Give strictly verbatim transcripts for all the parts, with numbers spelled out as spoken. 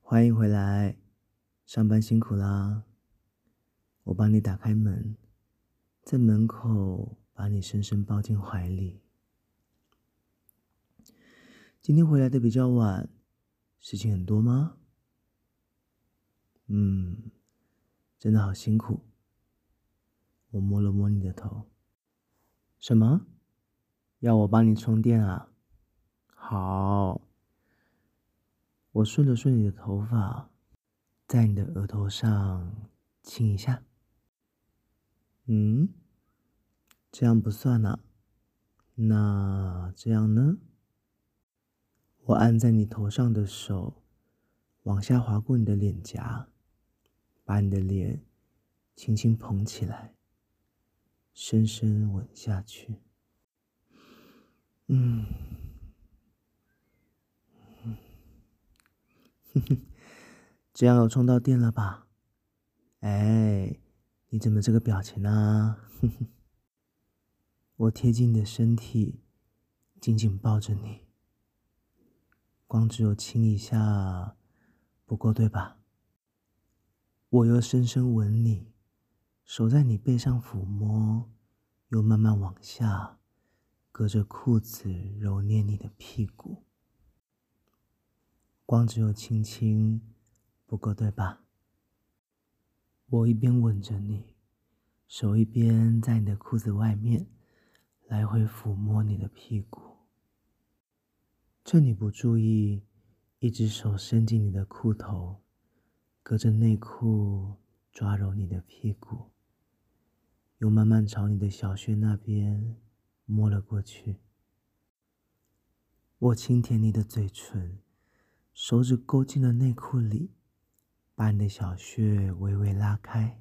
欢迎回来，上班辛苦啦！我帮你打开门，在门口把你深深抱进怀里。今天回来的比较晚，事情很多吗？嗯，真的好辛苦。我摸了摸你的头。什么？要我帮你充电啊？好。我顺了顺你的头发，在你的额头上亲一下。嗯，这样不算啊。那这样呢？我按在你头上的手，往下滑过你的脸颊，把你的脸轻轻捧起来，深深吻下去。嗯，哼哼，这样有充到电了吧？哎，你怎么这个表情呢？哼哼，我贴近你的身体，紧紧抱着你。光只有亲一下不够，对吧？我又深深吻你，手在你背上抚摸，又慢慢往下，隔着裤子揉捏你的屁股。光只有亲亲不够，对吧？我一边吻着你，手一边在你的裤子外面来回抚摸你的屁股。趁你不注意，一只手伸进你的裤头，隔着内裤抓揉你的屁股，又慢慢朝你的小穴那边摸了过去。我轻舔你的嘴唇，手指勾进了内裤里，把你的小穴微微拉开。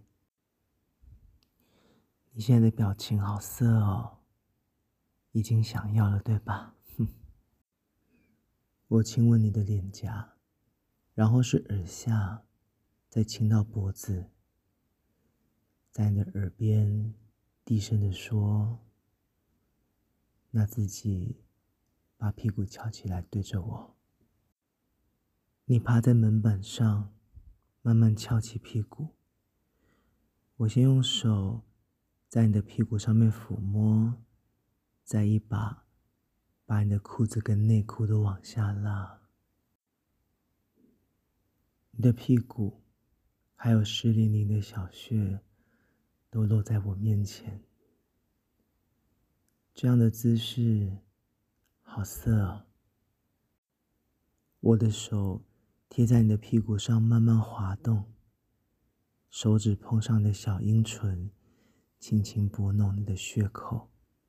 你现在的表情好色哦，已经想要了，对吧？哼。我亲吻你的脸颊，然后是耳下，再亲到脖子，在你的耳边低声地说，那自己把屁股翘起来对着我。你趴在门板上，慢慢翘起屁股。我先用手在你的屁股上面抚摸，再一把把你的裤子跟内裤都往下拉。你的屁股还有湿淋淋的小穴都落在我面前，这样的姿势好色哦。我的手贴在你的屁股上慢慢滑动，手指碰上你的小阴唇，轻轻拨弄你的穴口。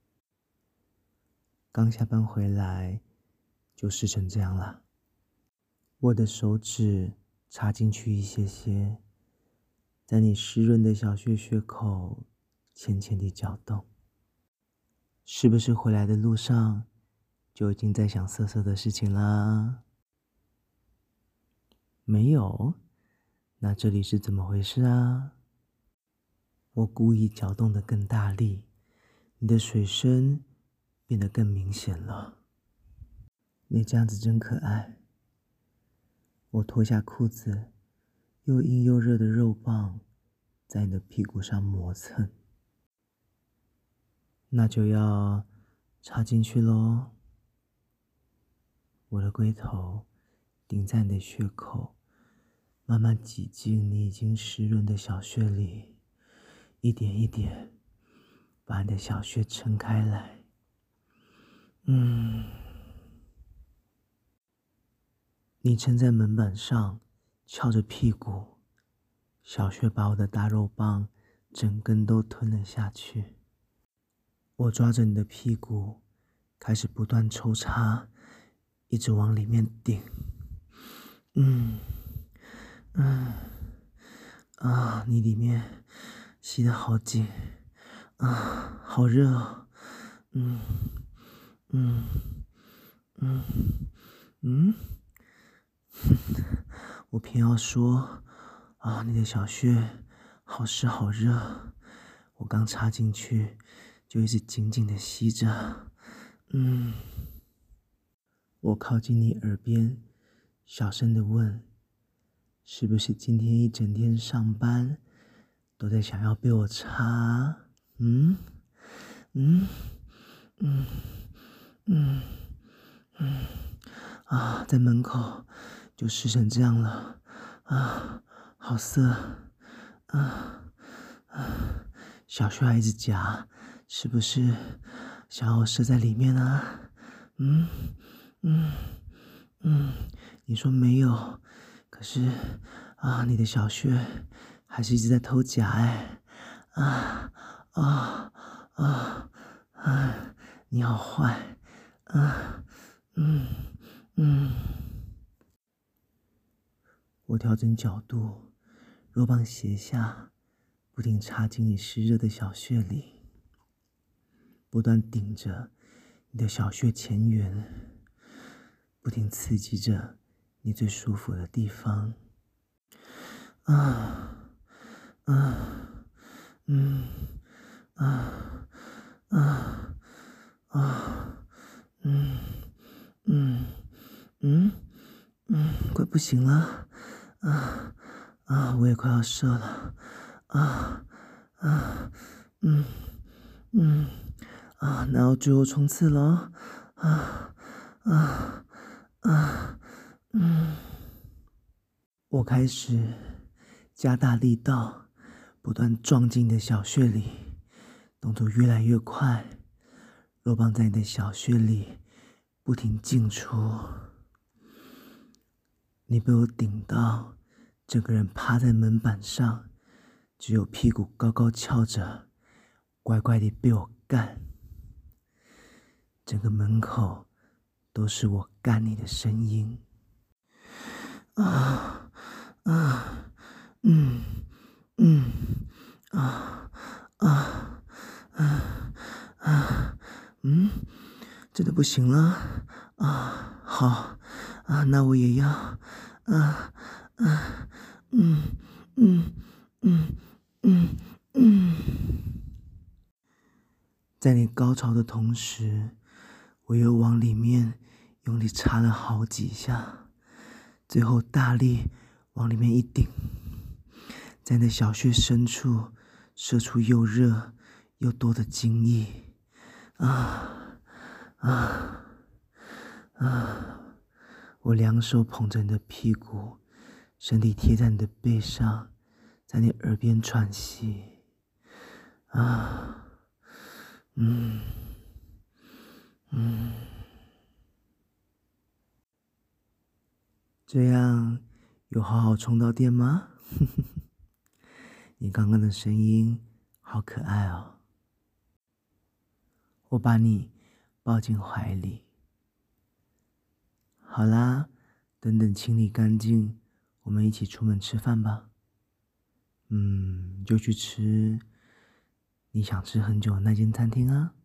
刚下班回来就湿成这样啦。我的手指插进去一些些，在你湿润的小穴穴口浅浅地搅动。是不是回来的路上就已经在想色色的事情啦？没有？那这里是怎么回事啊？我故意搅动得更大力，你的水声变得更明显了。你这样子真可爱。我脱下裤子，又硬又热的肉棒在你的屁股上磨蹭。那就要插进去咯。我的龟头顶在你的穴口，慢慢挤进你已经湿润的小穴里，一点一点把你的小穴撑开来。嗯，你撑在门板上，翘着屁股，小穴把我的大肉棒整根都吞了下去。我抓着你的屁股，开始不断抽插，一直往里面顶。嗯嗯啊，你里面吸得好紧啊，好热哦。嗯嗯嗯嗯，我偏要说啊，你的小穴好湿好热，我刚插进去就一直紧紧的吸着。嗯，我靠近你耳边，小声的问： 是不是今天一整天上班都在想要被我插？嗯嗯嗯嗯嗯啊，在门口就湿成这样了啊，好涩啊啊！小穴还一直夹，是不是想要我射在里面啊？嗯嗯嗯，你说没有，可是啊，你的小穴还是一直在偷夹哎，啊啊啊啊！你好坏，啊嗯嗯，我调整角度，肉棒斜下，不停插进你湿热的小穴里，不断顶着你的小穴前缘，不停刺激着你最舒服的地方。啊啊嗯啊啊啊嗯嗯嗯嗯，快不行了啊啊！我也快要射了啊啊嗯嗯啊！那要最后冲刺了啊啊啊嗯！我开始加大力道，不断撞进你的小穴里，动作越来越快，肉棒在你的小穴里不停进出。你被我顶到，整个人趴在门板上，只有屁股高高翘着，乖乖地被我干。整个门口都是我干你的声音。啊啊嗯嗯啊啊啊啊嗯，真的不行了啊！好啊，那我也要啊啊嗯嗯嗯嗯嗯，在你高潮的同时，我又往里面用力插了好几下，最后大力往里面一顶，在你的小穴深处射出又热又多的精液。啊啊啊！我两手捧着你的屁股，身体贴在你的背上，在你耳边喘息。啊，嗯嗯，这样有好好充到电吗？你刚刚的声音好可爱哦。我把你抱进怀里。好啦，等等清理干净，我们一起出门吃饭吧。嗯，就去吃你想吃很久的那间餐厅啊。